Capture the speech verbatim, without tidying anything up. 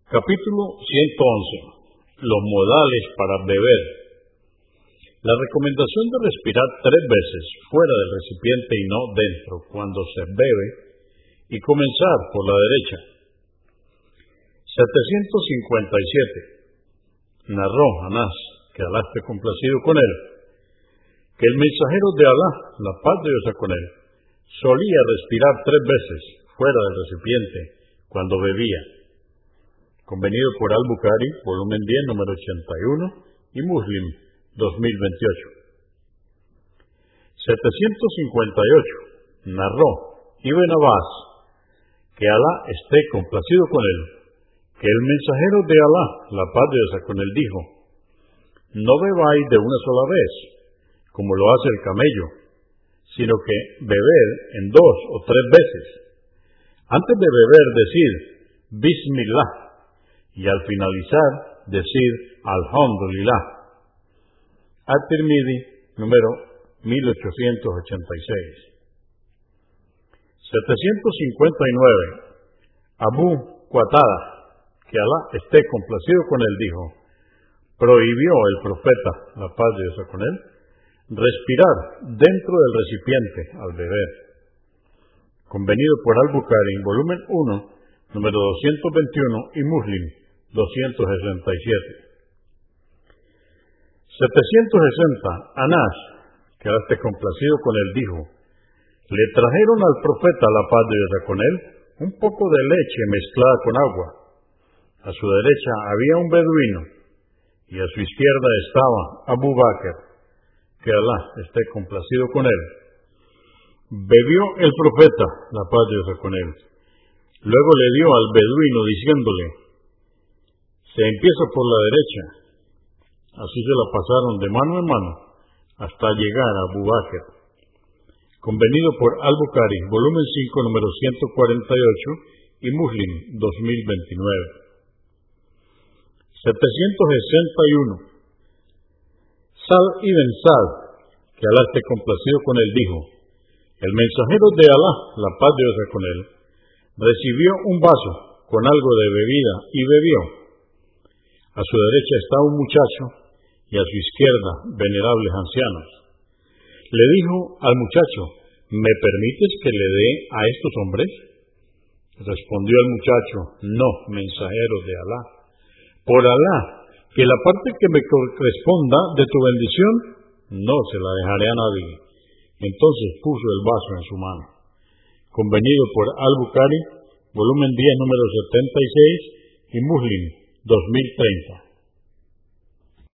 Capítulo ciento once. Los modales para beber. La recomendación de respirar tres veces fuera del recipiente y no dentro cuando se bebe y comenzar por la derecha. setecientos cincuenta y siete. Narró Anás, que Alá esté complacido con él, que el mensajero de Alá, la paz de Dios sea con él, solía respirar tres veces fuera del recipiente cuando bebía. Convenido por Al-Bukhari, volumen diez, número ochenta y uno, y Muslim, dos mil veintiocho. setecientos cincuenta y ocho. Narró Ibn Abbas, que Alá esté complacido con él, que el mensajero de Alá, la paz de Dios sea con él, dijo: no bebáis de una sola vez, como lo hace el camello, sino que beber en dos o tres veces. Antes de beber, decir Bismillah, y al finalizar, decir Alhamdulillah. At-Tirmidhi, número mil ochocientos ochenta y seis. setecientos cincuenta y nueve. Abu Qatada, que Alá esté complacido con él, dijo: prohibió el profeta, la paz de Dios sea con él, respirar dentro del recipiente al beber. Convenido por Al-Bukhari, volumen uno, número doscientos veintiuno, y Muslim, doscientos sesenta y siete. setecientos sesenta. Anás, que Alá esté complacido con él, dijo: le trajeron al profeta, la paz de Dios sea con él, un poco de leche mezclada con agua. A su derecha había un beduino, y a su izquierda estaba Abu Bakr, que Alá esté complacido con él. Bebió el profeta, la paz de Dios sea con él. Luego le dio al beduino diciéndole: se empieza por la derecha. Así se la pasaron de mano en mano hasta llegar a Abu Bakr. Convenido por Al-Bukhari, volumen cinco, número ciento cuarenta y ocho, y Muslim, dos mil veintinueve. setecientos sesenta y uno. Sal ibn Sa'd, que Alá esté complacido con él, dijo: el mensajero de Alá, la paz de Dios sea con él, recibió un vaso con algo de bebida y bebió. A su derecha estaba un muchacho y a su izquierda venerables ancianos. Le dijo al muchacho: ¿me permites que le dé a estos hombres? Respondió el muchacho: no, mensajero de Alá. Por Alá, que la parte que me corresponda de tu bendición no se la dejaré a nadie. Entonces puso el vaso en su mano. Convenido por Al-Bukhari, volumen diez, número setenta y seis, y Muslim, dos mil treinta.